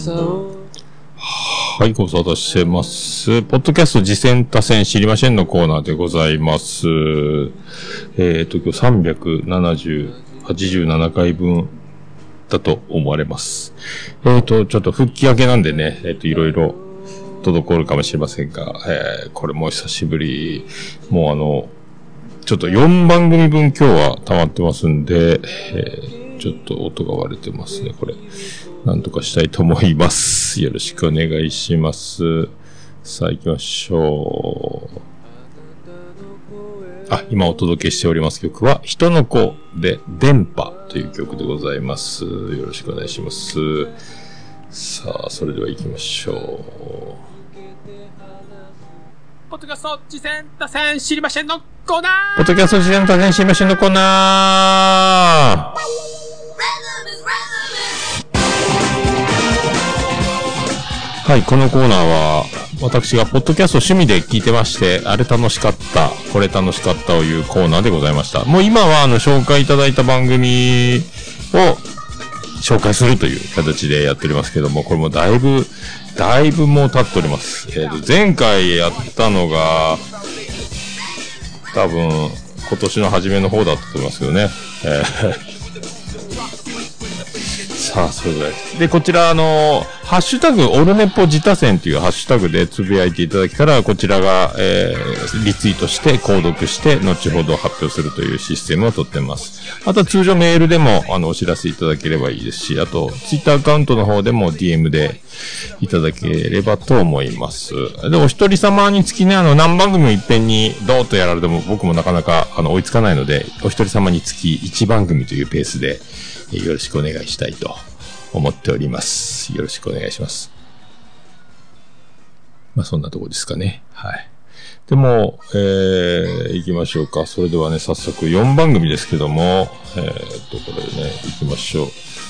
はい、ご無沙汰してます。ポッドキャスト次戦多戦知りませんのコーナーでございます。今日387回分だと思われます。ちょっと復帰明けなんでね、いろいろ滞るかもしれませんが、これも久しぶり、もうちょっと4番組分今日は溜まってますんで、ちょっと音が割れてますね、これ。なんとかしたいと思います。よろしくお願いします。さあ行きましょう。今お届けしております曲は、人の子で電波という曲でございます。よろしくお願いします。さあ、それでは行きましょう。 ポッドキャスト次戦打線知りませんのコーナー。 ポッドキャスト次戦打線知りませんのコーナー。はい、このコーナーは、私がポッドキャスト趣味で聞いてまして、あれ楽しかった、これ楽しかったというコーナーでございました。もう今は紹介いただいた番組を紹介するという形でやっておりますけども、これもだいぶもう経っております。前回やったのが、多分、今年の初めの方だったと思いますけどね。さあ、それぐらいです。で、こちらハッシュタグ、オルネポ自他戦というハッシュタグでつぶやいていただけたら、こちらが、リツイートして、購読して、後ほど発表するというシステムをとってます。あとは通常メールでも、お知らせいただければいいですし、あと、ツイッターアカウントの方でも DM でいただければと思います。で、お一人様につきね、何番組もいっぺんにドーッとやられても、僕もなかなか、追いつかないので、お一人様につき1番組というペースで、よろしくお願いしたいと思っております。よろしくお願いします。そんなとこですかね。はい。でも、行きましょうか。それではね、早速4番組ですけども、これね、行きましょう。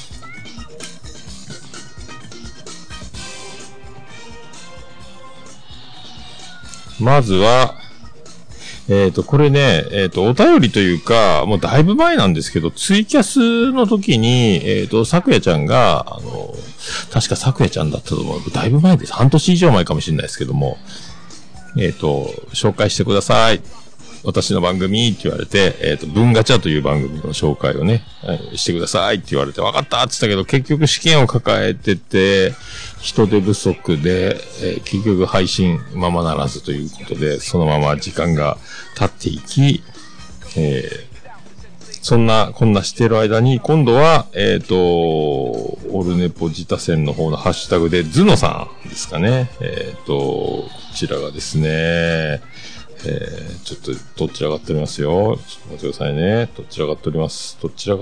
まずは、これね、お便りというか、もうだいぶ前なんですけど、ツイキャスの時に、さくやちゃんが、確かさくやちゃんだったと思う。だいぶ前です。半年以上前かもしれないですけども、紹介してください。私の番組って言われて、文ガチャという番組の紹介をね、してくださいって言われて、分かったって言ったけど、結局試験を抱えてて、人手不足で、結局配信ままならずということで、そのまま時間が経っていき、こんなしてる間に、今度は、オルネポ自他戦の方のハッシュタグで、ズノさんですかね。こちらがですね、ちょっと、どちらがっておりますよ。ちょっと待ってくださいね。どちらがっております。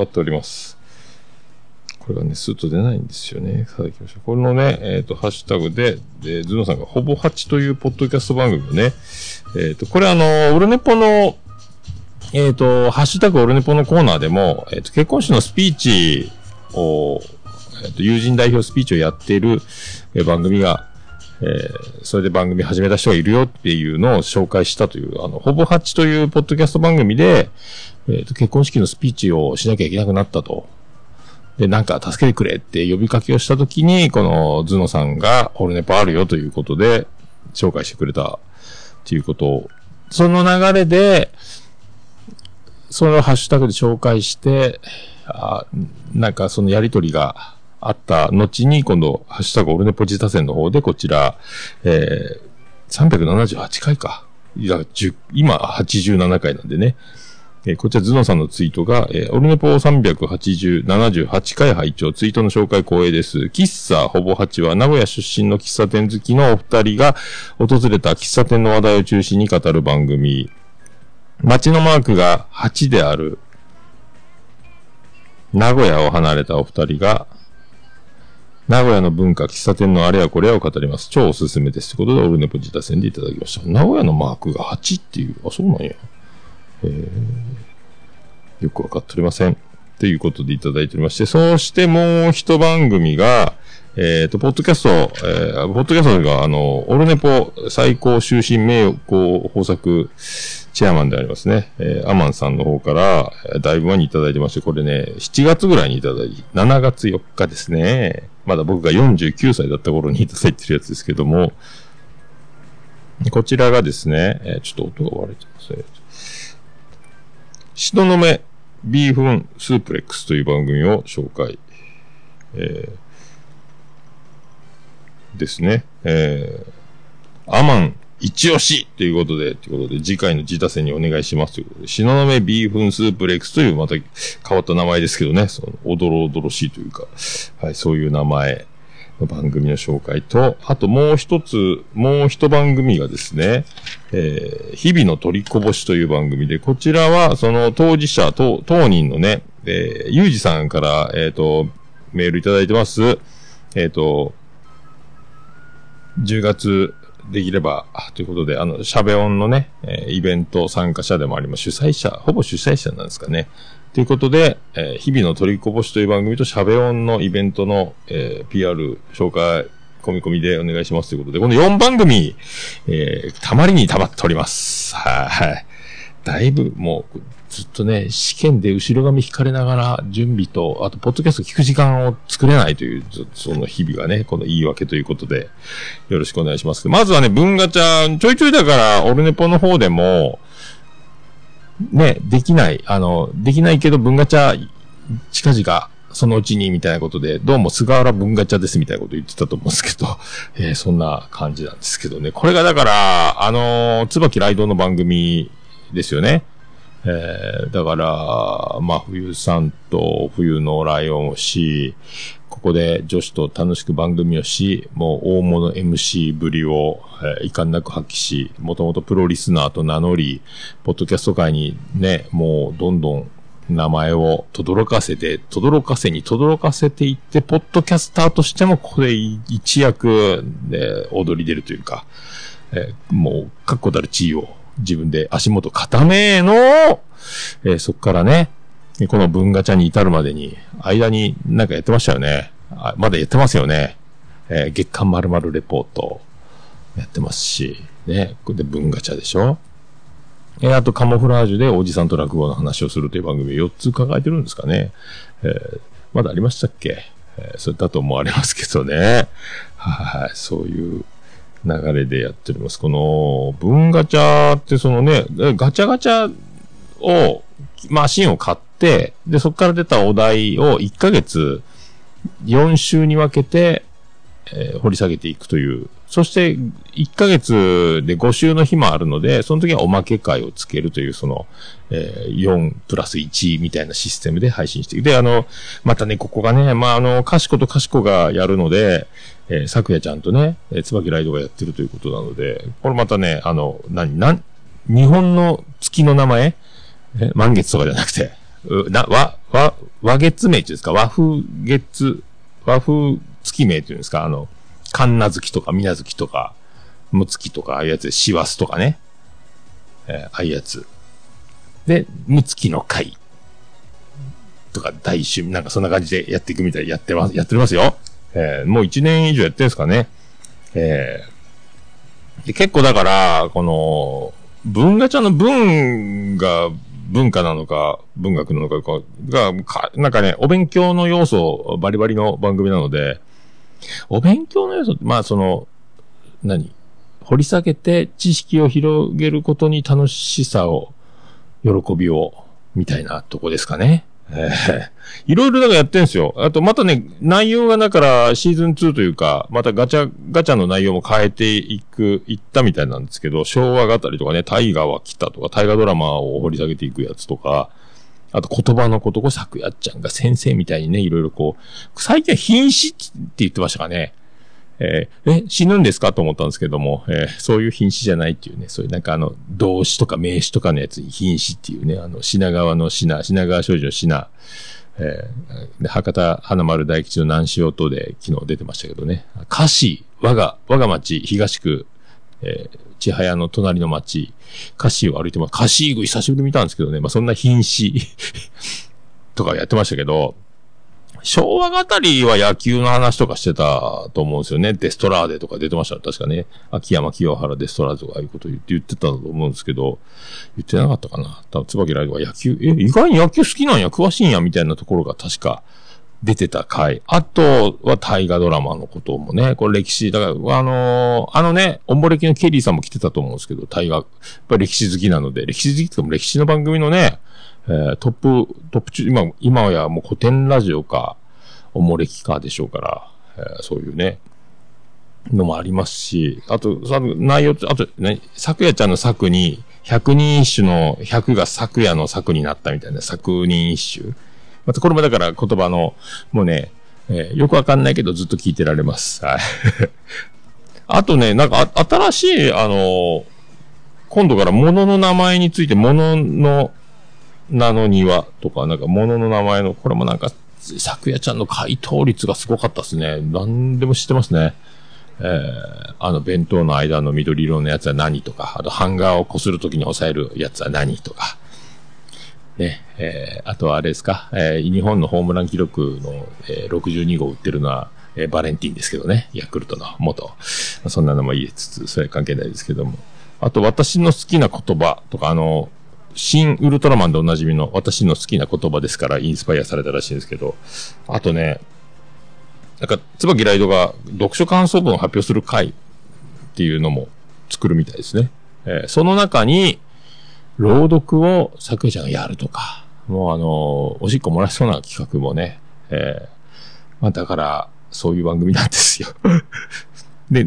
これがね、スーッと出ないんですよね。さあ行きましょう。これのね、ハッシュタグで、ズノさんがほぼ8というポッドキャスト番組をね、これオルネポの、ハッシュタグオルネポのコーナーでも、結婚式のスピーチを、友人代表スピーチをやっている、番組が、それで番組始めた人がいるよっていうのを紹介したという、ほぼ8というポッドキャスト番組で、結婚式のスピーチをしなきゃいけなくなったと。で、なんか助けてくれって呼びかけをしたときに、このズノさんがオルネポあるよということで、紹介してくれたっていうことを、その流れで、そのハッシュタグで紹介して、なんかそのやりとりがあった後に、今度、ハッシュタグオルネポ自他戦の方で、こちら、378回か。今、87回なんでね。こちら、ズノさんのツイートが、オルネポ378回拝聴ツイートの紹介光栄です。喫茶ほぼ8は、名古屋出身の喫茶店好きのお二人が訪れた喫茶店の話題を中心に語る番組。街のマークが8である、名古屋を離れたお二人が、名古屋の文化、喫茶店のあれやこれやを語ります。超おすすめです。ということで、オルネポ自他戦でいただきました。名古屋のマークが8っていう、そうなんや。よくわかっておりません。ということでいただいておりまして、そしてもう一番組が、ポッドキャストが、オルネポ最高終身名誉豊作チェアマンでありますね。アマンさんの方から、だいぶ前にいただいてまして、これね、7月ぐらいにいただいて、7月4日ですね。 まだ僕が49歳だった頃にいただいてるやつですけども、こちらがですね、ちょっと音が割れてますね。東雲ビーフンスープレックスという番組を紹介、ですね。アマン一押しということで、次回の自他戦にお願いしますということで、東雲ビーフンスープレックスというまた変わった名前ですけどね、そのおどろおどろしいというか、はい、そういう名前の番組の紹介と、あともう一番組がですね、日々の取りこぼしという番組で、こちらはその当事者、当人のね、ゆうじさんから、メールいただいてます。10月できれば、ということで、シャベオンのね、イベント参加者でもあります、ほぼ主催者なんですかね。ということで、日々の取りこぼしという番組とシャベオンのイベントの、PR 紹介、込みでお願いしますということで、この4番組、たまりにたまっております。はい。だいぶ、もう、ずっとね、試験で後ろ髪引かれながら準備と、あと、ポッドキャスト聞く時間を作れないという、その日々がね、この言い訳ということで、よろしくお願いします。まずはね、文ガチャ、ちょいちょいだから、オルネポの方でも、ね、できないけど、文ガチャ、近々、そのうちに、みたいなことで、どうも菅原文ガチャです、みたいなこと言ってたと思うんですけど、そんな感じなんですけどね。これがだから、椿ライドの番組ですよね。だから、まあ、冬さんと冬のライオンをし、ここで女子と楽しく番組をし、もう大物 MC ぶりを、遺憾なく発揮し、もともとプロリスナーと名乗り、ポッドキャスト界にね、もうどんどん名前を轟かせていって、ポッドキャスターとしてもここで一躍で踊り出るというか、もう確固たる地位を自分で足元固めの、そっからね、この文ガチャに至るまでに、間になんかやってましたよね。まだやってますよね。月刊〇〇レポートやってますし、ね、で文ガチャでしょ。あとカモフラージュでおじさんと落語の話をするという番組4つ抱えてるんですかね。まだありましたっけ？それだと思われますけどね。はい、そういう流れでやっております。この文ガチャってそのね、ガチャガチャをマシンを買って、でそこから出たお題を1ヶ月4週に分けて、掘り下げていくという。そして1ヶ月で5週の日もあるので、その時はおまけ会をつけるというその、4プラス1みたいなシステムで配信していく。で、またね、ここがね、まあ、かしことかしこがやるので、昨夜ちゃんとね、椿ライドがやってるということなので、これまたね、日本の月の名前満月とかじゃなくて、和月名っていうんですか、和風月名っていうんですか、神奈月とか水無月とか、む月とか、ああいうやつで、師走とかね。ああいうやつ。で、む月の会。とか、大趣味、なんかそんな感じでやっていくみたい。やってますよ。もう1年以上やってるんですかね。で、結構だから、この、文ガチャの文が文化なのか、文学なのかなんかね、お勉強の要素バリバリの番組なので、お勉強の要素って、まあ掘り下げて知識を広げることに楽しさを、喜びを、みたいなとこですかね。いろいろだからやってるんですよ。あとまたね、内容がだからシーズン2というか、またガチャの内容も変えていったみたいなんですけど、昭和語りとかね、大河は来たとか、大河ドラマを掘り下げていくやつとか、あと言葉のことこ昨夜ちゃんが先生みたいにね、いろいろこう、最近は瀕死って言ってましたかね。死ぬんですかと思ったんですけども、そういう瀕死じゃないっていうね、そういうなんか動詞とか名詞とかのやつに瀕死っていうね、品川の品川庄司の品、博多花丸大吉の南塩等で昨日出てましたけどね、歌詞、我が町東区、千早の隣の町、カシーを歩いてます。カシー具久しぶりに見たんですけどね。まあ、そんな瀕死とかやってましたけど、昭和語りは野球の話とかしてたと思うんですよね。デストラーデとか出てました。確かね。秋山清原デストラーデとかいうこと言ってたと思うんですけど、言ってなかったかな。多分椿ライドは野球、意外に野球好きなんや、詳しいんや、みたいなところが確か出てた回。あとは大河ドラマのこともね、これ歴史、だから、おんぼれきのケリーさんも来てたと思うんですけど、大河、やっぱり歴史好きなので、歴史好きっても歴史の番組のね、トップ中、今やもう古典ラジオか、おもれきかでしょうから、そういうね、のもありますし、あと、内容、あと、ね、昨夜ちゃんの作に、百人一首の百が昨夜の作になったみたいな、作人一首。またこれもだから言葉の、もうね、よくわかんないけどずっと聞いてられます。はい。あとね、なんか新しい、今度から物の名前について、物の名の庭とか、なんか物の名前の、これもなんか、昨夜ちゃんの回答率がすごかったですね。何でも知ってますね。弁当の間の緑色のやつは何とか、あとハンガーを擦るときに押さえるやつは何とか。ね、あとはあれですか、日本のホームラン記録の、62号打ってるのは、バレンティンですけどね、ヤクルトの元。そんなのも言いつつ、それは関係ないですけども。あと、私の好きな言葉とか、新ウルトラマンでおなじみの私の好きな言葉ですからインスパイアされたらしいんですけど、あとね、なんか、椿ライドが読書感想文を発表する会っていうのも作るみたいですね。その中に、朗読を昨夜ちゃんがやるとか、もうおしっこ漏らしそうな企画もね、だから、そういう番組なんですよ。で、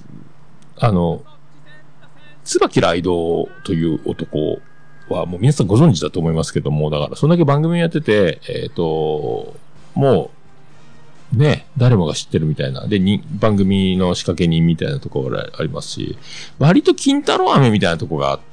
椿ライドという男はもう皆さんご存知だと思いますけども、だからそんだけ番組やってて、もう、ね、誰もが知ってるみたいな。で、番組の仕掛け人みたいなところがありますし、割と金太郎飴みたいなところがあって、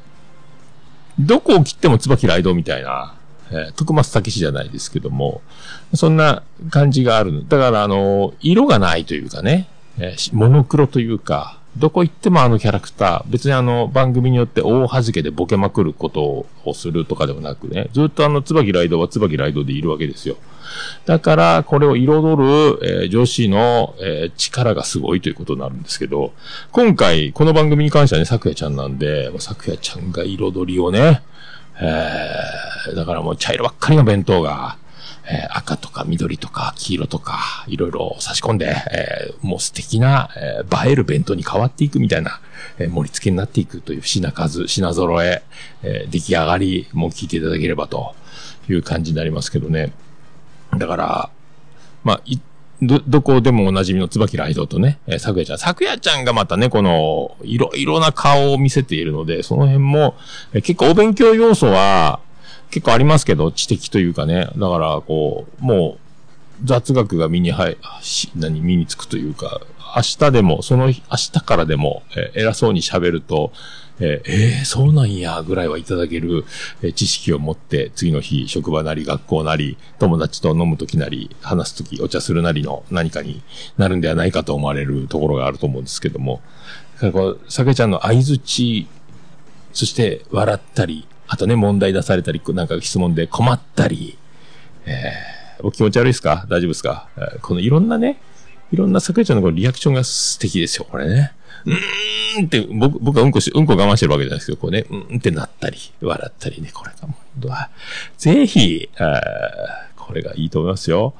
どこを切っても椿ライドみたいな、徳松武史じゃないですけども、そんな感じがある。だから色がないというかね、モノクロというか、どこ行ってもキャラクター、別に番組によって大はじけでボケまくることをするとかではなくね、ずっと椿ライドは椿ライドでいるわけですよ。だから、これを彩る、女子の、力がすごいということになるんですけど、今回、この番組に関してはね、昨夜ちゃんなんで、昨夜ちゃんが彩りをね、だからもう茶色ばっかりの弁当が、赤とか緑とか黄色とか、いろいろ差し込んで、もう素敵な、映える弁当に変わっていくみたいな、盛り付けになっていくという品揃え、出来上がり、もう聞いていただければという感じになりますけどね。だから、どこでもおなじみの椿ライドとね、昨夜ちゃんがまたね、この、いろいろな顔を見せているので、その辺も、結構お勉強要素は、結構ありますけど、知的というかね、だから、もう、雑学が身につくというか、明日からでも、偉そうに喋ると、そうなんや、ぐらいはいただける、知識を持って、次の日、職場なり、学校なり、友達と飲むときなり、話すとき、お茶するなりの何かになるんではないかと思われるところがあると思うんですけども、酒ちゃんの相槌、そして笑ったり、あとね、問題出されたり、なんか質問で困ったり、お気持ち悪いですか？大丈夫ですか？このいろんな酒ちゃんのこのリアクションが素敵ですよ、これね。って、僕はうんこ我慢してるわけじゃないですけど、こうね、ってなったり、笑ったりね、これがもう、ぜひ、これがいいと思いますよ。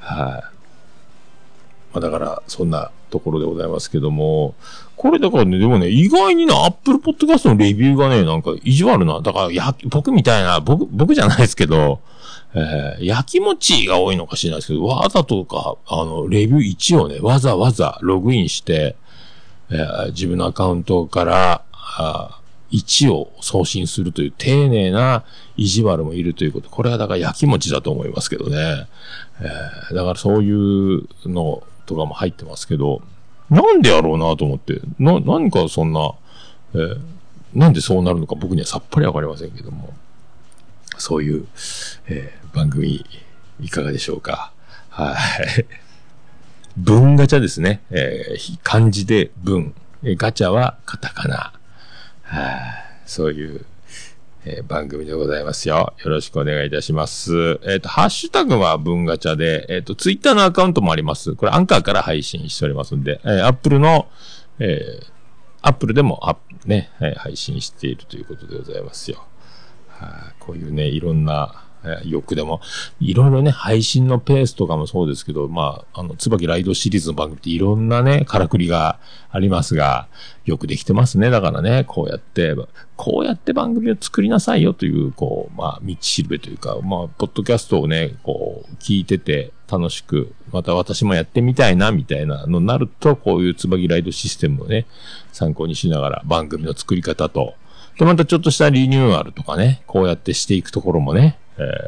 だから、そんなところでございますけども、これだからね、でもね、意外にね、Apple Podcast のレビューがね、なんか意地悪な、だから、僕みたいな、僕じゃないですけど、焼きもちが多いのかしれないですけど、わざとか、レビュー1をね、わざわざログインして、自分のアカウントから1を送信するという丁寧な意地悪もいるということ。これはだから焼きもちだと思いますけどね。だからそういうのとかも入ってますけど、なんでやろうなと思って、何かそんな、なんでそうなるのか僕にはさっぱりわかりませんけども、そういう、番組いかがでしょうか。はい。文ガチャですね。漢字で文。ガチャはカタカナ。そういう、番組でございますよ。よろしくお願いいたします。ハッシュタグは文ガチャで、ツイッターのアカウントもあります。これアンカーから配信しておりますんで、アップルでも配信しているということでございますよ。こういうね、いろんな、 よくでも、いろいろね、配信のペースとかもそうですけど、椿ライドシリーズの番組っていろんなね、からくりがありますが、よくできてますね。だからね、こうやって番組を作りなさいよという、道しるべというか、ポッドキャストをね、聞いてて楽しく、また私もやってみたいな、みたいなのになると、こういう椿ライドシステムをね、参考にしながら番組の作り方と、で、またちょっとしたリニューアルとかね、こうやってしていくところもね、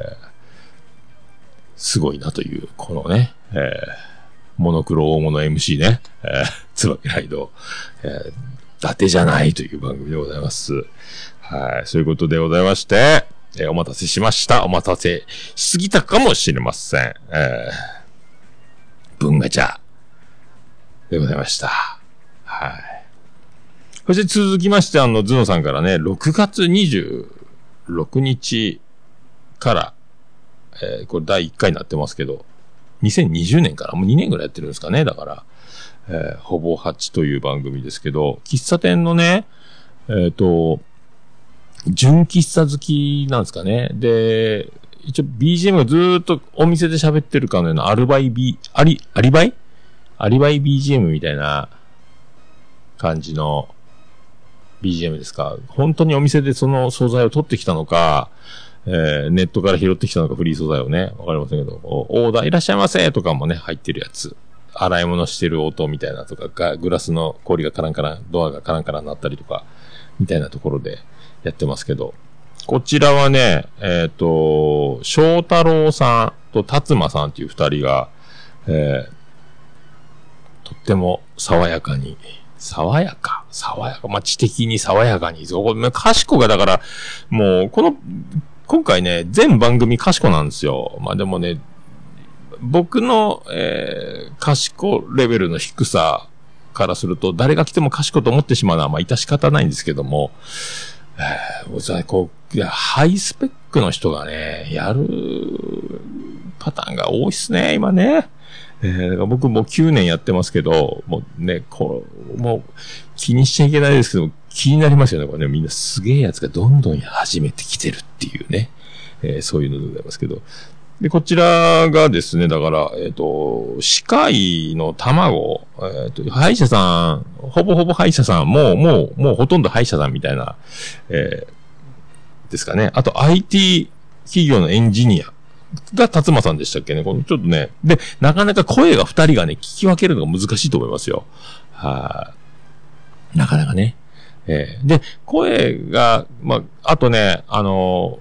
すごいなという、このね、モノクロ大物 MC ね、椿ライド、伊達じゃないという番組でございます。はい、そういうことでございまして、お待たせしました。お待たせしすぎたかもしれません。文ガチャでございました。はい。そして続きまして、ズノさんからね、6月26日から、これ第1回になってますけど、2020年からもう2年ぐらいやってるんですかね。だから、ほぼ8という番組ですけど、喫茶店のね、純喫茶好きなんですかね。で、一応 BGM がずーっとお店で喋ってるかのようなアリバイ BGM みたいな感じの BGM ですか。本当にお店でその素材を取ってきたのか、ネットから拾ってきたのか、フリー素材をね、わかりませんけど、オーダーいらっしゃいませとかもね、入ってるやつ。洗い物してる音みたいなとか、グラスの氷がカランカラン、ドアがカランカランなったりとか、みたいなところでやってますけど、こちらはね、翔太郎さんと達馬さんっていう二人が、とっても爽やか、知的に爽やかに、かしこがだから、もう、今回ね、全番組かしこなんですよ。でもね、僕の、かしこレベルの低さからすると、誰が来てもかしこと思ってしまうのは、致し方ないんですけども、ハイスペックの人がね、やるパターンが多いっすね、今ね。だから僕もう9年やってますけど、もうね、もう気にしちゃいけないですけど、気になりますよね、これね。みんなすげえやつがどんどん始めてきてるっていうね。そういうのでございますけど。で、こちらがですね、だから、歯科医の卵、歯医者さん、ほぼ歯医者さん、もうほとんど歯医者さんみたいな、ですかね。あと IT 企業のエンジニアが達馬さんでしたっけね。ちょっとね、で、なかなか声が2人がね、聞き分けるのが難しいと思いますよ。なかなかね。で、声が、あとね、も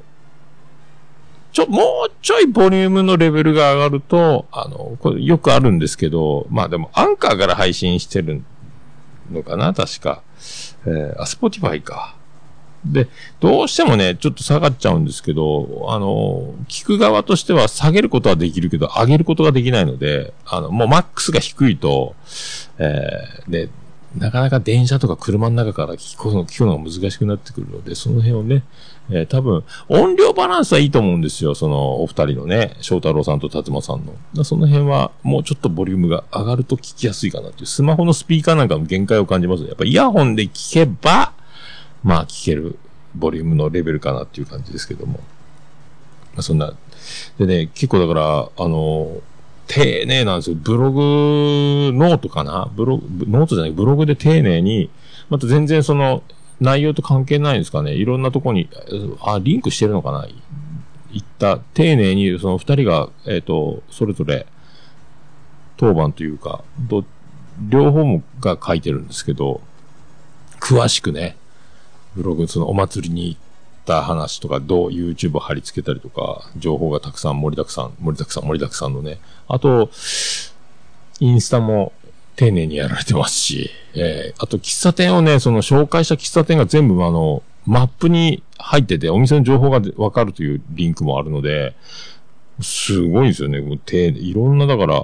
うちょいボリュームのレベルが上がると、これよくあるんですけど、でも、アンカーから配信してるのかな確か。Spotify か。で、どうしてもね、ちょっと下がっちゃうんですけど、聞く側としては下げることはできるけど、上げることができないので、もうマックスが低いと、で、なかなか電車とか車の中から聞くのが難しくなってくるので、その辺をね、多分、音量バランスはいいと思うんですよ。その、お二人のね、翔太郎さんと達馬さんの。その辺は、もうちょっとボリュームが上がると聞きやすいかなっていう、スマホのスピーカーなんかの限界を感じますね。やっぱイヤホンで聞けば、聞けるボリュームのレベルかなっていう感じですけども。そんな。でね、結構だから、丁寧なんですよ。ブログ、ノートかなノートじゃない、ブログで丁寧に、また全然その、内容と関係ないんですかね。いろんなとこに、リンクしてるのかな丁寧に、その二人が、それぞれ、当番というか、両方が書いてるんですけど、詳しくね、ブログ、そのお祭りに行った話とか、YouTube を貼り付けたりとか、情報がたくさん盛りだくさんのね。あと、インスタも丁寧にやられてますし、あと喫茶店をね、その紹介した喫茶店が全部マップに入ってて、お店の情報がわかるというリンクもあるので、すごいですよね。もういろんな、だから、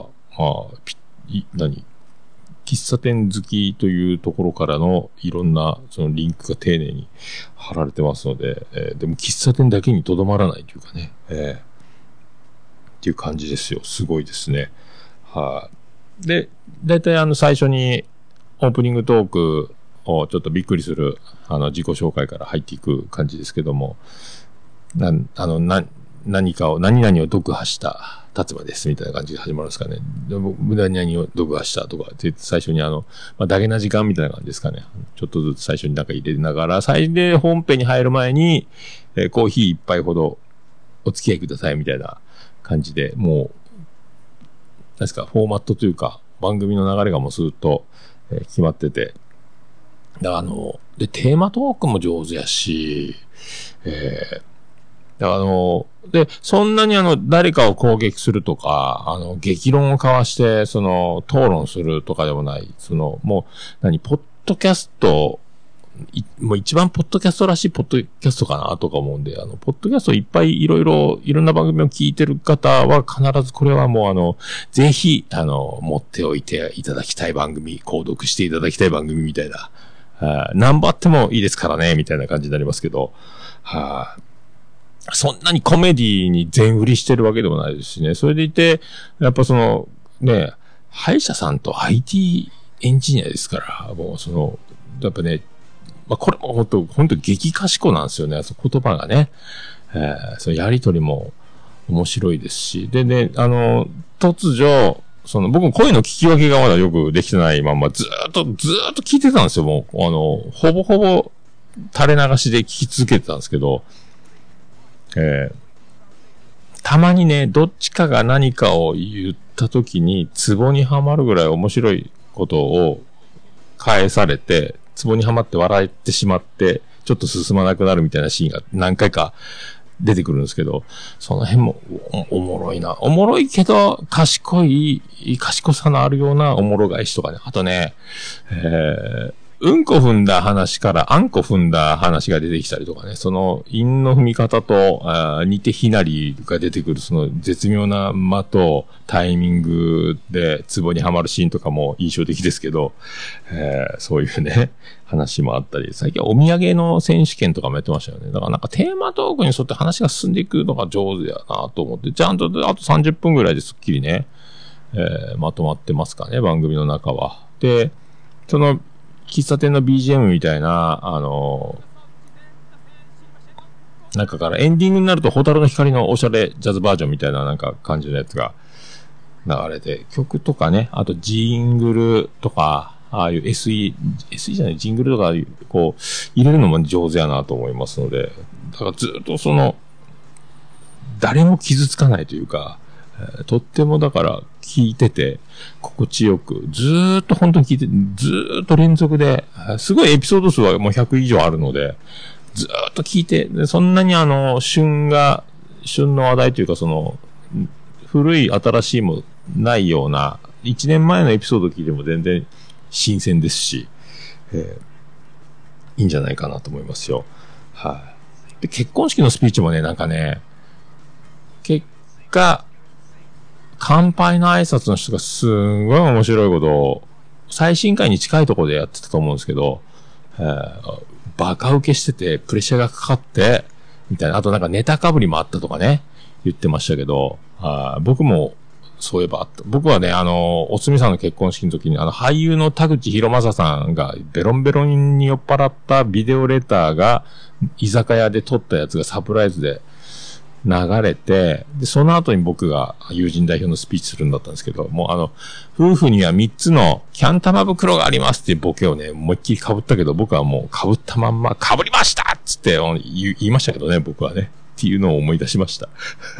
喫茶店好きというところからのいろんなそのリンクが丁寧に貼られてますので、でも喫茶店だけにとどまらないというかね、っていう感じですよ。すごいですね。で、だいたい最初にオープニングトークをちょっとびっくりする自己紹介から入っていく感じですけども、何何々を読破した立場ですみたいな感じで始まるんですかね。何々を読破したとかって最初にダゲな時間みたいな感じですかね。ちょっとずつ最初になんか入れながら、最で本編に入る前に、コーヒー一杯ほどお付き合いくださいみたいな感じで、もう、何ですか、フォーマットというか、番組の流れがもうずっと、決まってて。で、テーマトークも上手やし、で、そんなに誰かを攻撃するとか、激論を交わして、討論するとかでもない、もう、ポッドキャスト、もう一番ポッドキャストらしいポッドキャストかなとか思うんで、ポッドキャストいっぱいいろんな番組を聞いてる方は必ずこれはもうぜひ、持っておいていただきたい番組、購読していただきたい番組みたいな、何番あってもいいですからね、みたいな感じになりますけど、そんなにコメディに全振りしてるわけでもないですしね。それでいて、やっぱ歯医者さんと IT エンジニアですから、もうやっぱね、これも本当激賢なんですよね。言葉がね。そのやりとりも面白いですし。でね、突如、僕も声の聞き分けがまだよくできてないまま、ずーっと聞いてたんですよ。もう、ほぼほぼ垂れ流しで聞き続けてたんですけど、たまにね、どっちかが何かを言った時に、ツボにはまるぐらい面白いことを返されて、ツボにはまって笑えてしまって、ちょっと進まなくなるみたいなシーンが何回か出てくるんですけど、その辺もおもろいな。おもろいけど、賢さのあるようなおもろ返しとかね。あとね、うんこ踏んだ話からあんこ踏んだ話が出てきたりとかね、その韻の踏み方と似て非なりが出てくるその絶妙な間とタイミングでツボにはまるシーンとかも印象的ですけど、そういうね、話もあったり、最近はお土産の選手権とかもやってましたよね。だからなんかテーマトークに沿って話が進んでいくのが上手やなと思って、ちゃんとあと30分ぐらいですっきりね、まとまってますかね、番組の中は。で、その、喫茶店の BGM みたいな、中からエンディングになると、ホタルの光のおしゃれジャズバージョンみたいななんか感じのやつが流れて、曲とかね、あとジングルとか、ああいう SE じゃない、ジングルとか、こう、入れるのも上手やなと思いますので、だからずっと誰も傷つかないというか、とってもだから聞いてて心地よくずーっと本当に聞いてずーっと連続ですごいエピソード数はもう100以上あるのでずーっと聞いてでそんなに旬の話題というか古い新しいもないような1年前のエピソード聞いても全然新鮮ですし、いいんじゃないかなと思いますよ。はい。で結婚式のスピーチもねなんかね結果乾杯の挨拶の人がすんごい面白いことを、最新回に近いところでやってたと思うんですけど、バカ受けしてて、プレッシャーがかかって、みたいな。あとなんかネタかぶりもあったとかね、言ってましたけど、僕もそういえばあった。僕はね、おつみさんの結婚式の時に、俳優の田口博正さんがベロンベロンに酔っ払ったビデオレターが、居酒屋で撮ったやつがサプライズで、流れて、で、その後に僕が友人代表のスピーチするんだったんですけど、もう夫婦には3つのキャン玉袋がありますっていうボケをね、思いっきり被ったけど、僕はもう被ったまんま、被りましたっつって言いましたけどね、僕はね。っていうのを思い出しました。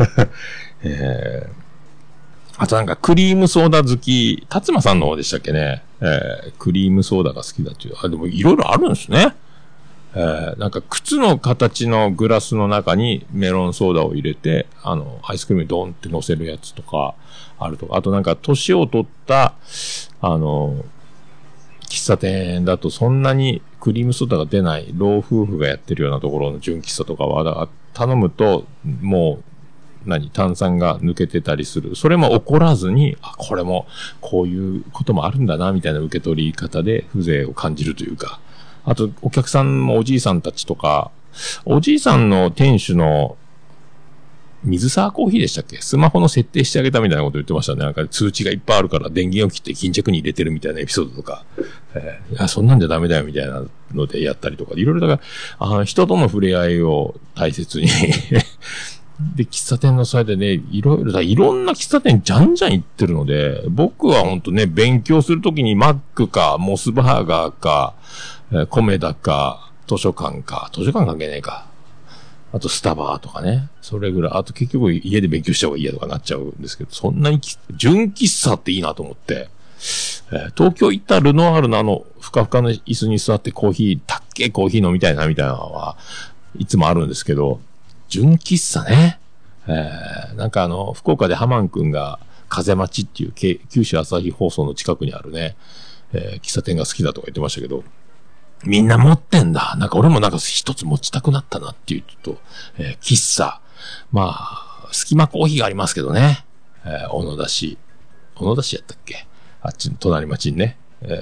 あとなんかクリームソーダ好き、達馬さんの方でしたっけね。クリームソーダが好きだっていう。でもいろいろあるんですね。なんか靴の形のグラスの中にメロンソーダを入れて、アイスクリームにドンって乗せるやつとかあるとか、あとなんか年を取った、喫茶店だとそんなにクリームソーダが出ない老夫婦がやってるようなところの純喫茶とかは、だから頼むともう炭酸が抜けてたりする。それも怒らずに、これもこういうこともあるんだなみたいな受け取り方で風情を感じるというか、あと、お客さんもおじいさんたちとか、おじいさんの店主の水沢コーヒーでしたっけ？スマホの設定してあげたみたいなこと言ってましたね。なんか通知がいっぱいあるから電源を切って巾着に入れてるみたいなエピソードとか、いや、そんなんじゃダメだよみたいなのでやったりとか、いろいろだから、人との触れ合いを大切にで、喫茶店の際でね、いろんな喫茶店じゃんじゃん行ってるので、僕はほんとね、勉強するときにマックか、モスバーガーか、コメダか、図書館関係ないか。あとスタバとかね。それぐらい。あと結局家で勉強した方がいいやとかなっちゃうんですけど、そんなに純喫茶っていいなと思って。東京行ったルノワールのふかふかの椅子に座ってたっけーコーヒー飲みたいなみたいなのはいつもあるんですけど、純喫茶ね。なんか福岡でハマンくんが風町っていう九州朝日放送の近くにあるね、喫茶店が好きだとか言ってましたけど、みんな持ってんだ。なんか俺もなんか一つ持ちたくなったなっていうと、喫茶。まあ、隙間コーヒーがありますけどね。小野田市やったっけ？あっちの隣町にね。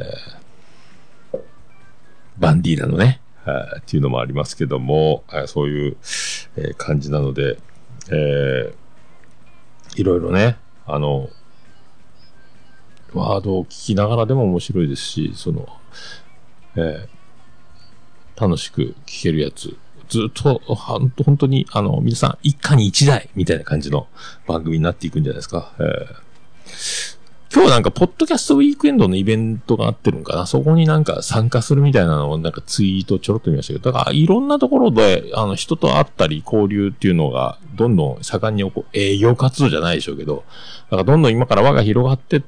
バンディーナのね。っていうのもありますけども、そういう、感じなので、いろいろね、ワードを聞きながらでも面白いですし、楽しく聞けるやつ、ずっと、本当に、皆さん、一家に一台みたいな感じの番組になっていくんじゃないですか。今日なんか、ポッドキャストウィークエンドのイベントがあってるんかな。そこになんか参加するみたいなのをなんかツイートちょろっと見ましたけど、だからいろんなところで、人と会ったり交流っていうのが、どんどん盛んに営業活動じゃないでしょうけど、だからどんどん今から輪が広がってって、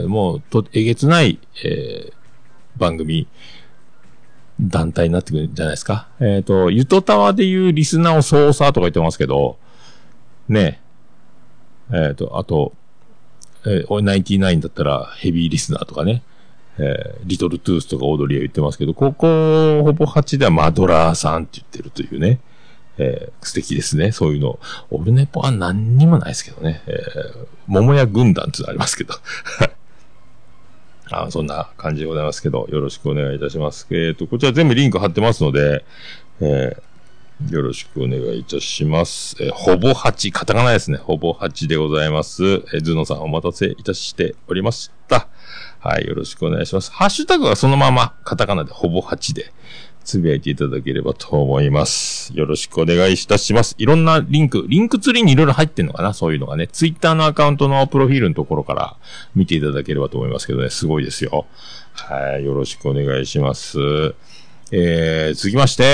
もうえげつない、番組、団体になってくるんじゃないですか。ゆとたわでいうリスナーを操作とか言ってますけど、ねあと、ナインティナインだったらヘビーリスナーとかね、リトルトゥースとかオードリーは言ってますけど、ここ、ほぼ8ではマドラーさんって言ってるというね、素敵ですね。そういうの。オルネポは何にもないですけどね。桃屋軍団ってのありますけど。そんな感じでございますけど、よろしくお願いいたします。こちら全部リンク貼ってますので、よろしくお願いいたします。ほぼ8、カタカナですね。ほぼ8でございます。ズノさんお待たせいたしておりました。はい、よろしくお願いします。ハッシュタグはそのまま、カタカナでほぼ8で、つぶやいていただければと思います。よろしくお願いいたします。いろんなリンクツリーにいろいろ入ってんのかな、そういうのがね。ツイッターのアカウントのプロフィールのところから見ていただければと思いますけどね、すごいですよ。はい、よろしくお願いします。続きまして、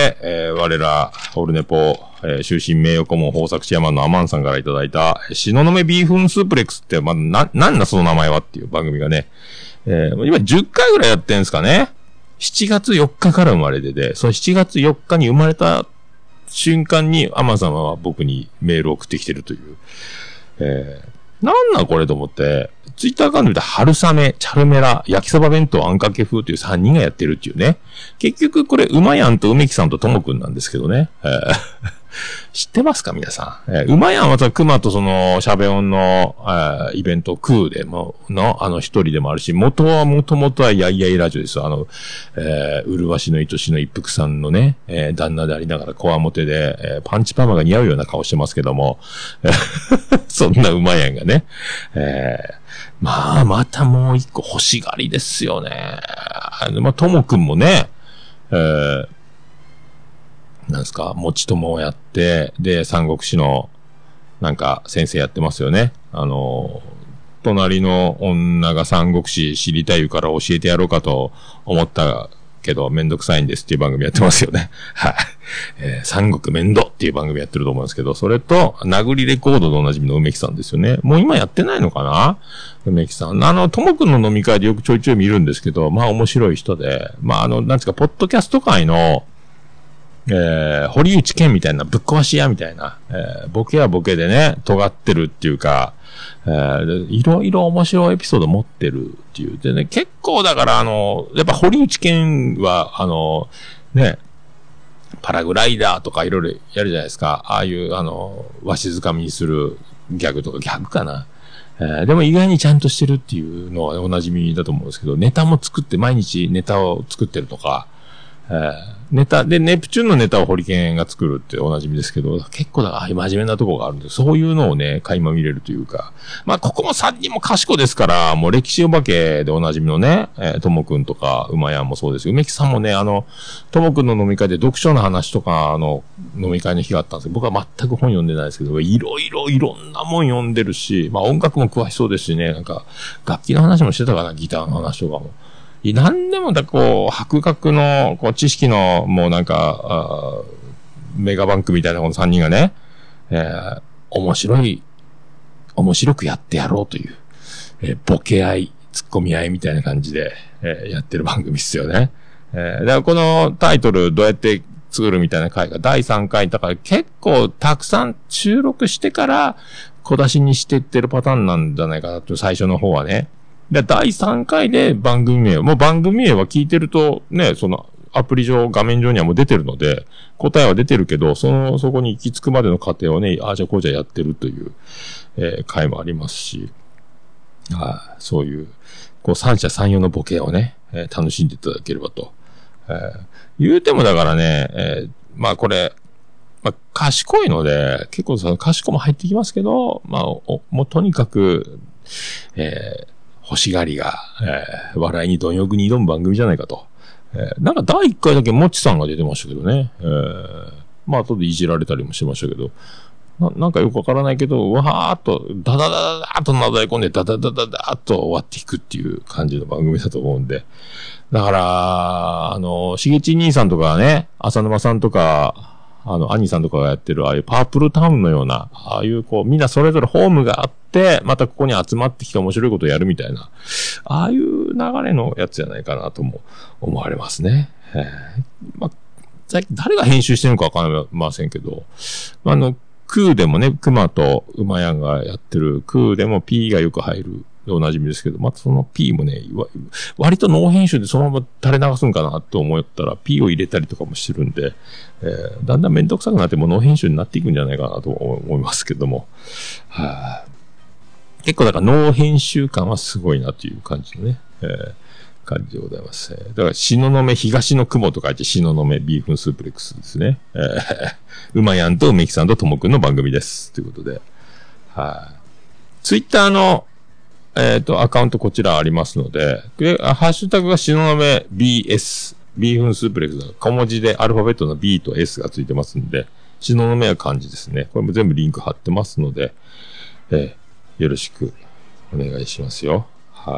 我ら、オルネポ、終身名誉顧問豊作チェアマンのアマンさんからいただいた、東雲ビーフンスープレックスって、なんだその名前はっていう番組がね、今10回ぐらいやってんすかね。7月4日から生まれてて、その7月4日に生まれた瞬間にアマンさんは僕にメールを送ってきてるという。なんこれと思って、ツイッターアカウント見たら春雨、チャルメラ、焼きそば弁当、あんかけ風という3人がやってるっていうね。結局これ、うまやんと梅木さんとともくんなんですけどね。知ってますか皆さん。うまやんは熊とその、シャベオンの、イベント、クーでも、一人でもあるし、もともとはやいやいラジオですよ。うるわしの愛しの一服さんのね、旦那でありながら、こわもてで、パンチパーマが似合うような顔してますけども、そんなうまやんがね、またもう一個欲しがりですよね。ともくんもね、なんですか、持ち友をやって、で、三国志の、なんか、先生やってますよね。隣の女が三国志知りたいから教えてやろうかと思ったけど、めんどくさいんですっていう番組やってますよね。はい。三国めんどっていう番組やってると思うんですけど、それと、殴りレコードでおなじみの梅木さんですよね。もう今やってないのかな梅木さん。ともくんの飲み会でよくちょいちょい見るんですけど、面白い人で、なんですか、ポッドキャスト界の、堀内健みたいな、ぶっ壊し屋みたいな、ボケはボケでね、尖ってるっていうか、いろいろ面白いエピソード持ってるっていう。でね、結構だからやっぱ堀内健は、ね、パラグライダーとかいろいろやるじゃないですか。ああいう、わしづかみにするギャグとか、ギャグかな。でも意外にちゃんとしてるっていうのはおなじみだと思うんですけど、ネタも作って、毎日ネタを作ってるとか、 ネタ、で、ネプチューンのネタをホリケンが作るっておなじみですけど、結構真面目なところがあるんで、そういうのをね、垣間見れるというか、まあ、ここも3人も賢いですから、もう歴史お化けでおなじみのね、ともくんとか、うまやんもそうですよ。梅木さんもね、ともくんの飲み会で読書の話とか、飲み会の日があったんですけど、僕は全く本読んでないですけど、いろんなもん読んでるし、まあ、音楽も詳しそうですしね、なんか、楽器の話もしてたかな、ギターの話とかも。何でも博学の、知識の、もうなんか、メガバンクみたいなこの3人がね、面白くやってやろうという、ボケ合い、ツッコミ合いみたいな感じで、やってる番組っすよね。だからこのタイトルどうやって作るみたいな回が第3回だから結構たくさん収録してから小出しにしてってるパターンなんじゃないかなと、最初の方はね。で、第3回で番組名は聞いてるとね、そのアプリ上、画面上にはもう出てるので、答えは出てるけど、そこに行き着くまでの過程をね、じゃあこうじゃやってるという、回もありますし、そういう、三者三様のボケをね、楽しんでいただければと。言うてもだからね、まあこれ、まあ賢いので、結構その賢も入ってきますけど、まあ、もうとにかく、欲しがりが、笑いに貪欲に挑む番組じゃないかと。なんか第1回だけもちさんが出てましたけどね。まあ後でいじられたりもしましたけど、なんかよくわからないけど、わーっと、ダダダダダーっとなだれ込んで、ダダダダダーっと終わっていくっていう感じの番組だと思うんで。だから、しげち兄さんとかね、浅沼さんとか、兄さんとかがやってる、ああいうパープルタウンのような、ああいうみんなそれぞれホームがあって、またここに集まってきて面白いことをやるみたいな、ああいう流れのやつじゃないかなとも思われますね。まあ、誰が編集してるのかわかりませんけど、クーでもね、クマとウマヤンがやってるクーでも P がよく入るでおなじみですけど、またその P もね、割とノー編集でそのまま垂れ流すんかなと思ったら P を入れたりとかもしてるんで、だんだんめんどくさくなってもノー編集になっていくんじゃないかなと思いますけども、結構だからノー編集感はすごいなという感じのね、感じでございます。だから、東の雲と書いて、東雲ビーフンスープレックスですね。うまやんと梅木さんとともくんの番組です。ということで。ツイッターの、アカウントこちらありますので、ハッシュタグが東雲 BS、ビーフンスープレックス、小文字でアルファベットの B と S がついてますんで、東雲は漢字ですね。これも全部リンク貼ってますので、よろしくお願いしますよ。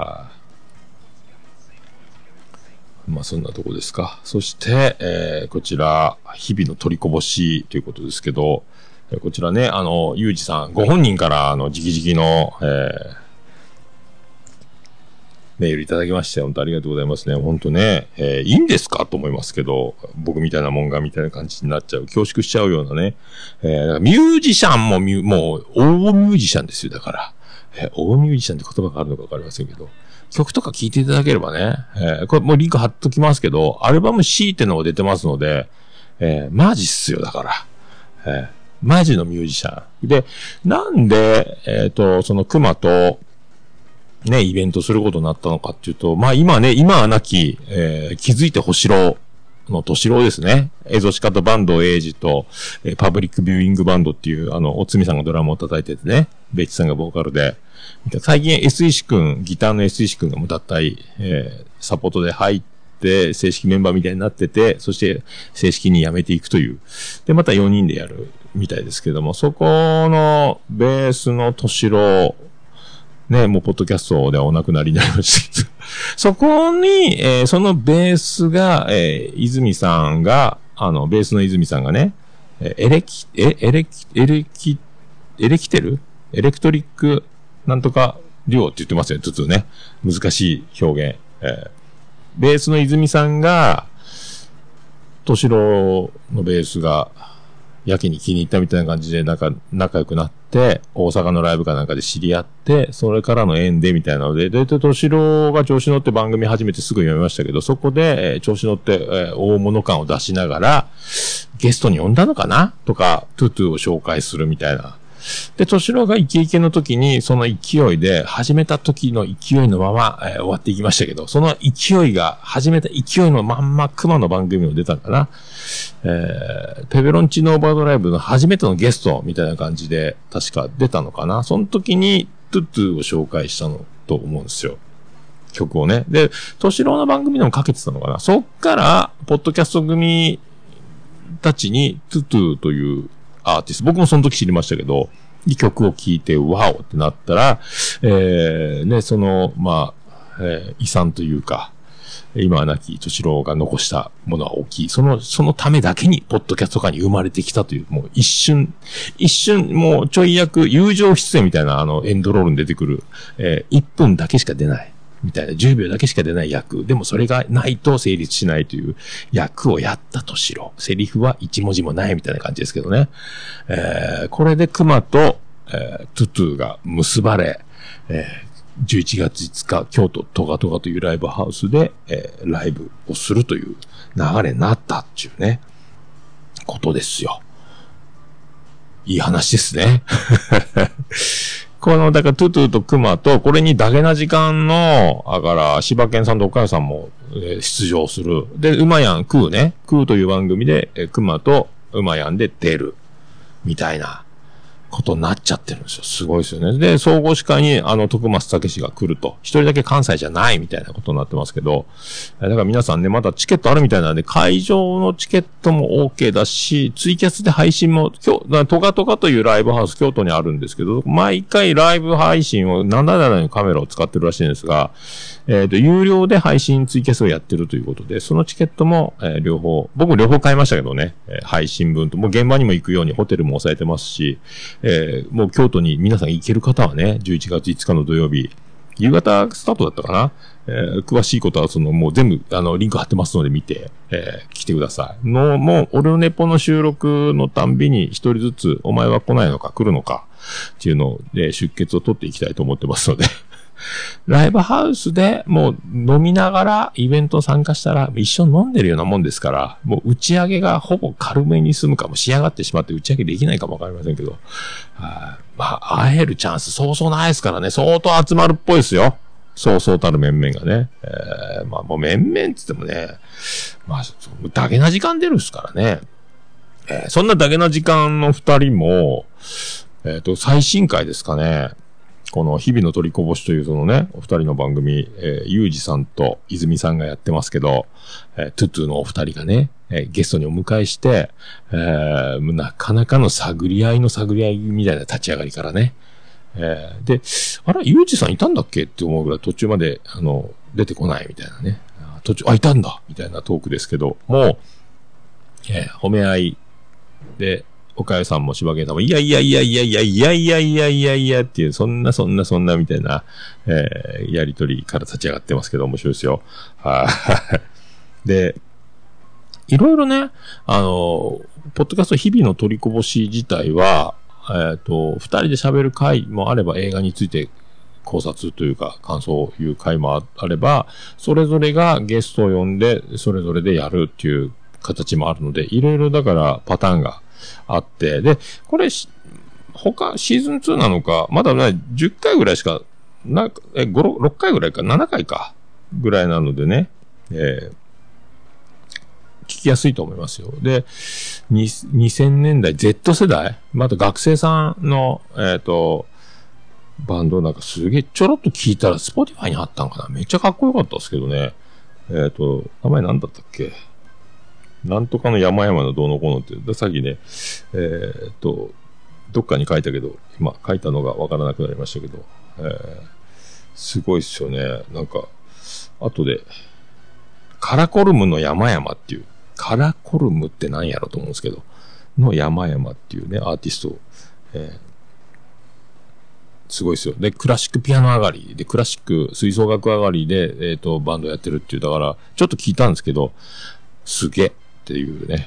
まあそんなとこですか。そして、こちら、日々の取りこぼしということですけど、こちらね、ゆうじさん、ご本人から、直々の、メールいただきまして、本当ありがとうございますね。本当ね、いいんですかと思いますけど、僕みたいなもんがみたいな感じになっちゃう、恐縮しちゃうようなね。ミュージシャンももう、大ミュージシャンですよ、だから。大ミュージシャンって言葉があるのかわかりませんけど。曲とか聴いていただければね、これもうリンク貼っときますけど、アルバム C ってのが出てますので、マジっすよ、だから。マジのミュージシャン。で、なんで、その熊と、ね、イベントすることになったのかっていうと、まあ今はなき、気づいて星郎の敏郎ですね。エゾシカとバンドエイジと、パブリックビューイングバンドっていう、おつみさんがドラムを叩いててね、ベイチさんがボーカルで、最近 SE 氏くん、ギターの SE 氏くんがもう脱退、サポートで入って、正式メンバーみたいになってて、そして正式に辞めていくという。で、また4人でやるみたいですけども、そこのベースの敏郎、ね、もうポッドキャストではお亡くなりになりましたけど、そこに、そのベースが、泉さんが、ベースの泉さんがね、エレクトリックなんとかデュオって言ってますよね、つつね。難しい表現。ベースの泉さんが、敏郎のベースが、やけに気に入ったみたいな感じで仲良くなって、大阪のライブかなんかで知り合って、それからの縁でみたいなので、で、敏郎が調子乗って番組始めてすぐ読みましたけど、そこで、調子乗って、大物感を出しながら、ゲストに呼んだのかなとか、トゥトゥを紹介するみたいな、 で、敏郎がイケイケの時に、その勢いで、始めた時の勢いのまま、終わっていきましたけど、その勢いが、始めた勢いのまんま、熊の番組も出たんかな。ペペロンチーノオーバードライブの初めてのゲストみたいな感じで、確か出たのかな。その時に、トゥットゥを紹介したのと思うんですよ。曲をね。で、敏郎の番組でもかけてたのかな。そっから、ポッドキャスト組たちに、トゥトゥというアーティスト、僕もその時知りましたけど、曲を聴いて、ワオってなったら、ね、その、遺産というか、今は亡き敏郎が残したものは大きい。そのためだけに、ポッドキャスト界に生まれてきたという、もう一瞬、もうちょい役、友情出演みたいな、エンドロールに出てくる、1分だけしか出ない。みたいな、10秒だけしか出ない役。でもそれがないと成立しないという役をやった敏郎。セリフは1文字もないみたいな感じですけどね。これで熊と、トゥトゥが結ばれ、11月5日、京都トガトガというライブハウスで、ライブをするという流れになったっていうね、ことですよ。いい話ですね。この、だから、トゥトゥとクマと、これにダゲな時間の、だから、柴犬さんと岡谷さんも、出場する。で、ウマヤン、クーという番組で、クマとウマヤンで出る。みたいなことになっちゃってるんですよ。すごいですよね。で、総合司会に、徳松武史が来ると。一人だけ関西じゃないみたいなことになってますけど、だから皆さんね、まだチケットあるみたいなんで、会場のチケットも OK だし、ツイキャスで配信も、トガトガというライブハウス、京都にあるんですけど、毎回ライブ配信を7台のカメラを使ってるらしいんですが、有料で配信ツイキャスをやってるということで、そのチケットも、僕両方買いましたけどね、配信分と、もう現場にも行くようにホテルも抑えてますし、もう京都に皆さん行ける方はね、11月5日の土曜日、夕方スタートだったかな、詳しいことはもう全部、リンク貼ってますので見て、来てください。もう、俺のネポの収録のたんびに一人ずつ、お前は来ないのか来るのか、っていうので、出血を取っていきたいと思ってますので。ライブハウスでもう飲みながらイベント参加したら一緒に飲んでるようなもんですから、もう打ち上げがほぼ軽めに済むかも、仕上がってしまって打ち上げできないかもわかりませんけど、会えるチャンスそうそうないですからね、相当集まるっぽいですよ。そうそうたる面々がね。もう面々つってもね、だけな時間出るっすからね。そんなだけな時間の二人も、最新回ですかね。この日々の取りこぼしというそのね、お二人の番組、ゆうじさんと泉さんがやってますけど、トゥトゥのお二人がね、ゲストにお迎えして、なかなかの探り合いみたいな立ち上がりからね。で、あれ、ゆうじさんいたんだっけって思うぐらい途中まで、出てこないみたいなね。いたんだみたいなトークですけど、もう、褒め合いで、岡谷さんも柴犬さんも、いやっていう、そんなみたいな、やりとりから立ち上がってますけど、面白いですよ。で、いろいろね、ポッドキャスト日々の取りこぼし自体は、二人で喋る回もあれば、映画について考察というか、感想を言う回もあれば、それぞれがゲストを呼んで、それぞれでやるっていう形もあるので、いろいろだからパターンがあって、で、これ、他、シーズン2なのか、まだね、10回ぐらいしか、6回ぐらいか、7回か、ぐらいなのでね、聞きやすいと思いますよ。で、2000年代、Z 世代、また学生さんの、バンドなんかすげえちょろっと聞いたら、Spotify にあったんかな。めっちゃかっこよかったですけどね。名前なんだったっけ？なんとかの山々のどうのこうのって、さっきね、どっかに書いたけど、今書いたのがわからなくなりましたけど、すごいっすよね。なんか、後で、カラコルムの山々っていう、カラコルムって何やろと思うんですけど、の山々っていうね、アーティスト、すごいっすよ。で、クラシックピアノ上がりで、クラシック吹奏楽上がりで、バンドやってるっていう、だから、ちょっと聞いたんですけど、すげえっていうね。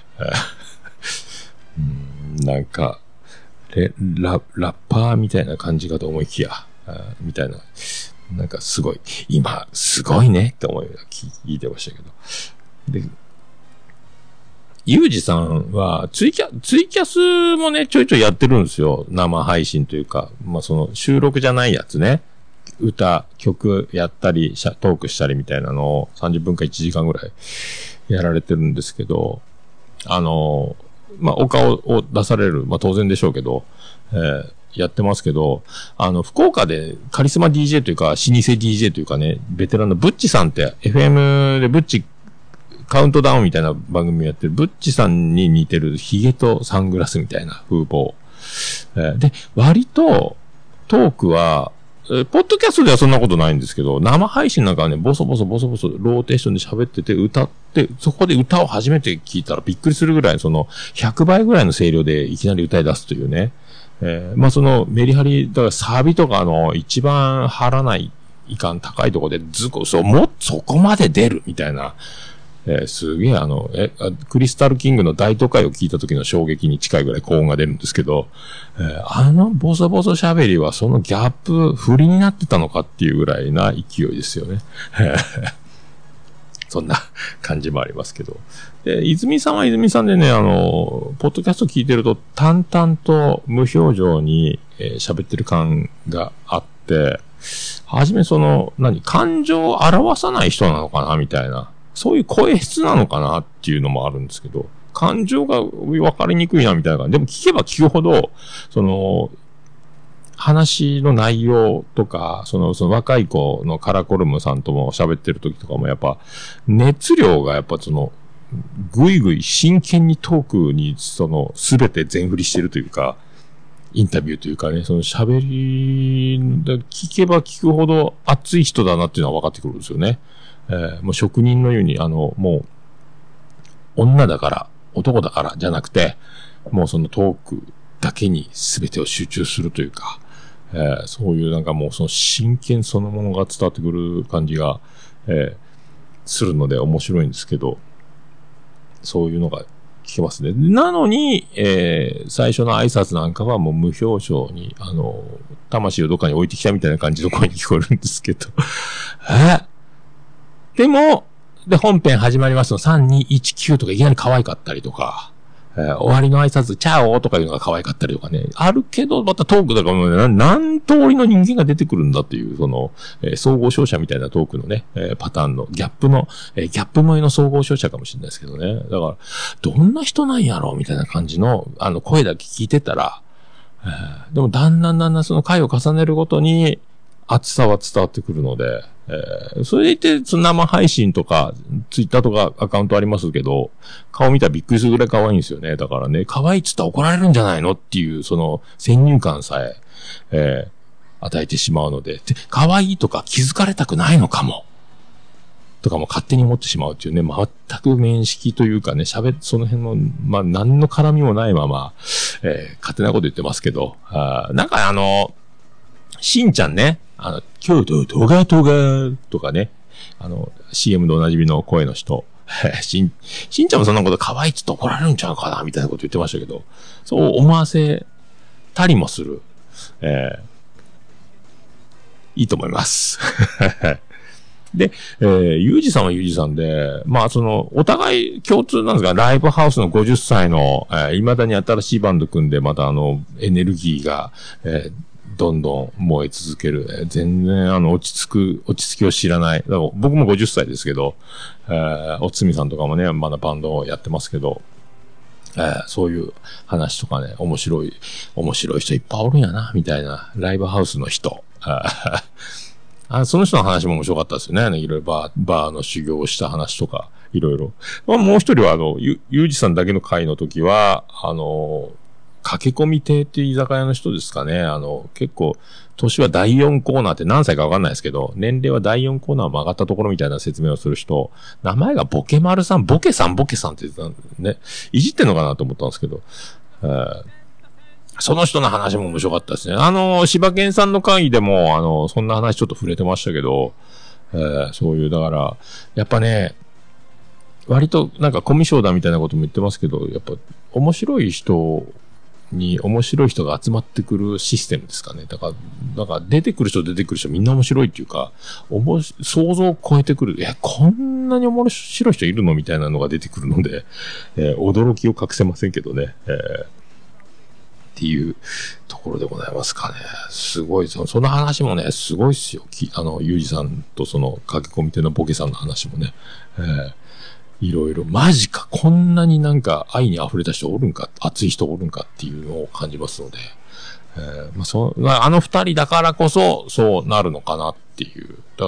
なんか、ラッパーみたいな感じかと思いきや、みたいな。なんかすごい、今、すごいねって思いながら聞いてましたけど。で、 ゆうじさんはツイキャスもね、ちょいちょいやってるんですよ。生配信というか、まあその収録じゃないやつね。曲やったり、トークしたりみたいなのを30分か1時間ぐらいやられてるんですけど、まあお顔を出される、まあ当然でしょうけど、やってますけど、福岡でカリスマ DJ というか、老舗 DJ というかね、ベテランのブッチさんって、FM でブッチカウントダウンみたいな番組やってる、ブッチさんに似てるヒゲとサングラスみたいな風貌。で、割と、トークは、ポッドキャストではそんなことないんですけど、生配信なんかはね、ボソボソローテーションで喋ってて、歌って、そこで歌を初めて聞いたらびっくりするぐらい、その、100倍ぐらいの声量でいきなり歌い出すというね。まあ、その、メリハリ、だからサビとか一番張らないいかん高いところでそこまで出るみたいな。すげえクリスタルキングの大都会を聞いた時の衝撃に近いぐらい高音が出るんですけど、ボソボソ喋りはそのギャップ、振りになってたのかっていうぐらいな勢いですよね。そんな感じもありますけど。で、泉さんは泉さんでね、ポッドキャスト聞いてると淡々と無表情に喋ってる感があって、はじめ感情を表さない人なのかなみたいな。そういう声質なのかなっていうのもあるんですけど、感情が分かりにくいなみたいな感じ。でも聞けば聞くほど、話の内容とか、その若い子のカラコルムさんとも喋ってる時とかもやっぱ、熱量がやっぱぐいぐい真剣にトークにすべて全振りしてるというか、インタビューというかね、その喋り、聞けば聞くほど熱い人だなっていうのは分かってくるんですよね。もう職人のように、もう、女だから、男だからじゃなくて、もうそのトークだけに全てを集中するというか、そういうもうその真剣そのものが伝わってくる感じが、するので面白いんですけど、そういうのが聞けますね。なのに、最初の挨拶なんかはもう無表情に、魂をどっかに置いてきたみたいな感じの声に聞こえるんですけど、でも、本編始まりますの3、2、1、9とかいきなり可愛かったりとか、終わりの挨拶、チャオとかいうのが可愛かったりとかね。あるけど、またトークだからもう何通りの人間が出てくるんだっていう、総合商社みたいなトークのね、パターンの、ギャップ萌えの総合商社かもしれないですけどね。だから、どんな人なんやろうみたいな感じの、声だけ聞いてたら、でもだんだんその回を重ねるごとに、熱さは伝わってくるので、それでいて、生配信とか、ツイッターとかアカウントありますけど、顔見たらびっくりするぐらい可愛いんですよね。だからね、可愛いっつったら怒られるんじゃないのっていう、先入観さえ、与えてしまうので、可愛いとか気づかれたくないのかも。とかも勝手に持ってしまうっていうね、全く面識というかね、その辺の、何の絡みもないまま、勝手なこと言ってますけど、しんちゃんね、京都トガトガとかね、CM でおなじみの声の人、しんちゃんもそんなこと可愛いっつって怒られるんちゃうかなみたいなこと言ってましたけど、そう思わせたりもする。いいと思います。で、ゆうじさんはゆうじさんで、お互い共通なんですが、ライブハウスの50歳の、未だに新しいバンド組んで、またエネルギーが、どんどん燃え続ける。全然落ち着きを知らない。だから僕も50歳ですけど、おつみさんとかもね、まだバンドをやってますけど、そういう話とかね、面白い人いっぱいおるんやな、みたいな、ライブハウスの人。その人の話も面白かったですよね。いろいろバーの修行をした話とか、いろいろ。もう一人はゆうじさんだけの会の時は、駆け込み亭っていう居酒屋の人ですかね。結構、年は第4コーナーって何歳かわかんないですけど、年齢は第4コーナー曲がったところみたいな説明をする人、名前がボケ丸さん、ボケさんって言ってたんね。いじってんのかなと思ったんですけど、その人の話も面白かったですね。柴犬さんの会でも、そんな話ちょっと触れてましたけど、そういう、だから、やっぱね、割とコミュ障だみたいなことも言ってますけど、やっぱ面白い人に面白い人が集まってくるシステムですかね。だから、出てくる人みんな面白いっていうか、想像を超えてくる。こんなに面白い人いるのみたいなのが出てくるので、驚きを隠せませんけどね。っていうところでございますかね。すごい、その話もね、すごいっすよ。ゆうじさんとその駆け込み手のボケさんの話もね。いろいろ、マジか、こんなになんか愛に溢れた人おるんか、熱い人おるんかっていうのを感じますので、あの二人だからこそ、そうなるのかなっていう。だから、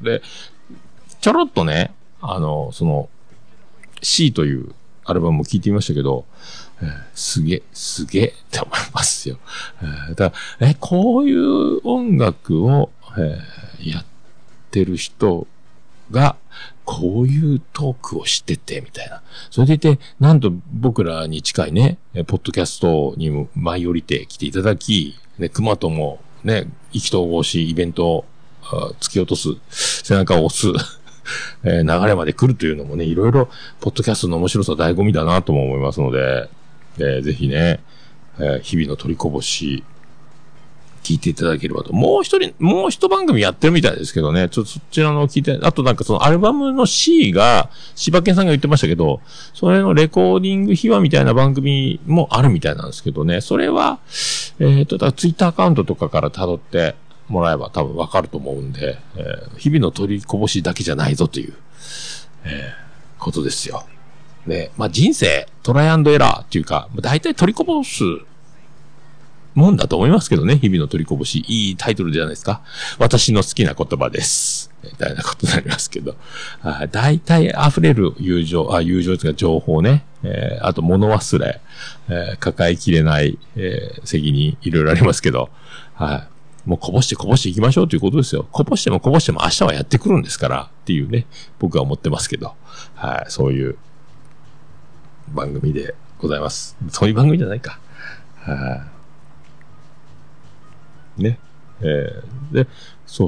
で、ちょろっとね、その、C というアルバムも聴いてみましたけど、すげえって思いますよ。だから、こういう音楽を、やってる人が、こういうトークをしてて、みたいな。それでいて、なんと僕らに近いね、ポッドキャストにも舞い降りてきていただき、ね、熊ともね、意気投合し、イベントを突き落とす、背中を押す、流れまで来るというのもね、いろいろ、ポッドキャストの面白さ、醍醐味だなとも思いますので、ぜひね、日々の取りこぼし、聞いていただければと。もう一番組やってるみたいですけどね。ちょっとそちらの聞いて、あとなんかそのアルバムの C が、柴犬さんが言ってましたけど、それのレコーディング秘話みたいな番組もあるみたいなんですけどね。それは、だからツイッターアカウントとかから辿ってもらえば多分わかると思うんで、日々の取りこぼしだけじゃないぞという、ことですよ。ね。まあ、人生、トライアンドエラーっていうか、大体取りこぼす、もんだと思いますけどね。日々の取りこぼし。いいタイトルじゃないですか。私の好きな言葉です。みたいなことになりますけど。大体溢れる友情というか情報ね。あと物忘れ。抱えきれない、責任。いろいろありますけど。もうこぼしていきましょうということですよ。こぼしても明日はやってくるんですから。っていうね。僕は思ってますけど。そういう番組でございます。そういう番組じゃないか。ね。で、そう。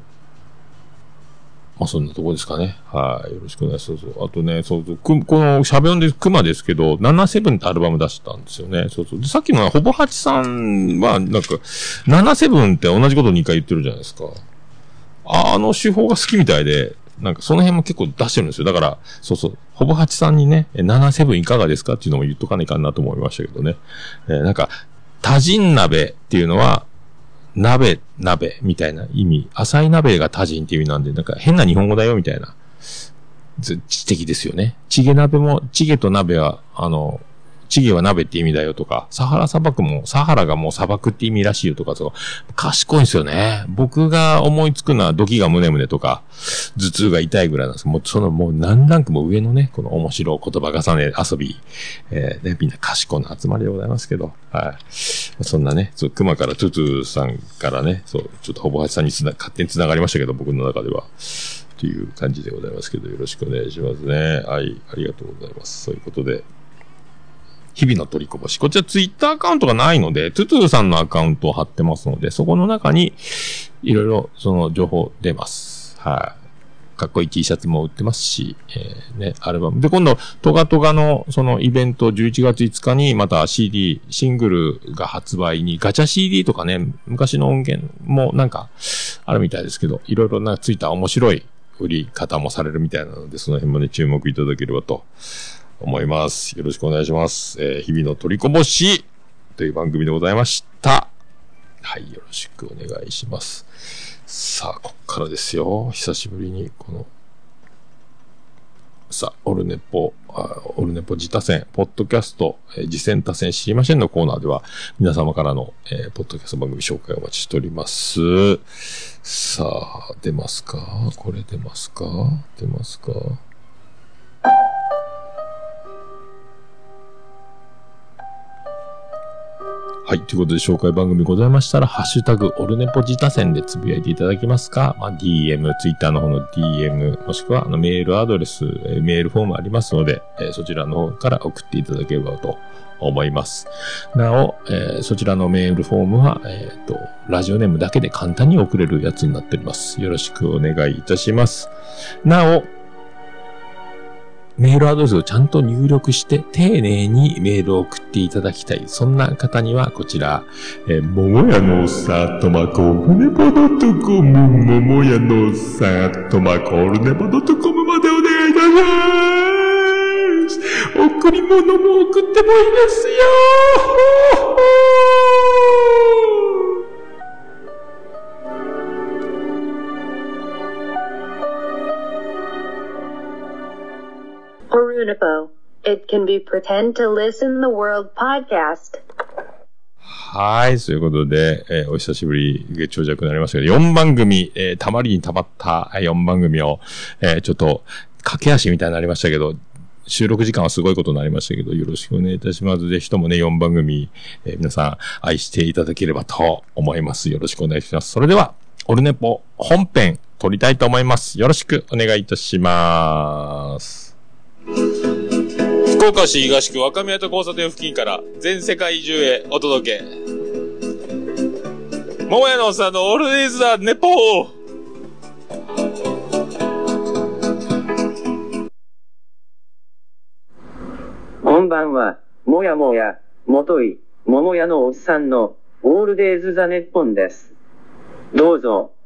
まあ、そんなとこですかね。よろしくお願いします。あとね、このしゃべ音で熊ですけど、77ってアルバム出したんですよね。で、さっきのほぼ8さんは、なんか、77って同じこと2回言ってるじゃないですか。あの手法が好きみたいで、なんかその辺も結構出してるんですよ。だから、ほぼ8さんにね、77いかがですかっていうのも言っとかないかなと思いましたけどね。なんか、多人鍋っていうのは、鍋みたいな意味。浅い鍋が多人っていう意味なんで、なんか変な日本語だよみたいな。知的ですよね。チゲと鍋は、チゲは鍋って意味だよとか、サハラがもう砂漠って意味らしいよとか、賢いんですよね。僕が思いつくのは、ドキがムネムネとか、頭痛が痛いぐらいなんですけど、もう何ランクも上のね、この面白い言葉重ね遊び、みんな賢いな集まりでございますけど、そんなね、熊からトゥトゥさんからね、ちょっとほぼ8さんに勝手に繋がりましたけど、僕の中では。という感じでございますけど、よろしくお願いしますね。ありがとうございます。そういうことで、日々の取りこぼし。こちらツイッターアカウントがないので、トゥトゥさんのアカウントを貼ってますので、そこの中に、いろいろその情報出ます。かっこいい T シャツも売ってますし、アルバム。で、今度、トガトガのそのイベント11月5日にまた CD、シングルが発売に、ガチャ CD とかね、昔の音源もなんかあるみたいですけど、いろいろついた面白い売り方もされるみたいなので、その辺もね、注目いただければと思います。よろしくお願いします。日々の取りこぼしという番組でございました。はい、よろしくお願いします。さあ、こっからですよ。久しぶりに、オルネポ自他戦、ポッドキャスト、次戦他戦知りませんのコーナーでは、皆様からの、ポッドキャスト番組紹介をお待ちしております。さあ、出ますか？これ出ますか？はい。ということで、紹介番組ございましたら、ハッシュタグ、オルネポ自他戦でつぶやいていただけますか？DM、ツイッターの方の DM、もしくは、メールアドレス、メールフォームありますので、そちらの方から送っていただければと思います。なお、そちらのメールフォームは、ラジオネームだけで簡単に送れるやつになっております。よろしくお願いいたします。なお、 メールアドレスをちゃんと入力して丁寧にメールを送っていただきたい。そんな方にはこちら、ももやのおっさんとまコルネポドットコム、ももやのおっさんとまコルネポドットコムまでお願いいたします。贈り物も送ってもいいですよ。 Orunipo. It can be pretend to listen the world podcast. はい。ということで、お久しぶり、長尺になりましたけど、4番組、たまりにたまった4番組を、ちょっと、駆け足みたいになりましたけど、収録時間はすごいことになりましたけど、よろしくお願いいたします。ぜひともね、4番組、皆さん愛していただければと思います。よろしくお願いします。それでは、オルネポ本編撮りたいと思います。よろしくお願いいたします。福岡市東区若宮と交差点付近から全世界中へお届け。桃屋のおっさんのオールディーズ・ザ・ネポー。 こんばんは、もやもや、もとい、桃屋のおっさんのオールデイズ・ザ・ネッポンです。どうぞ。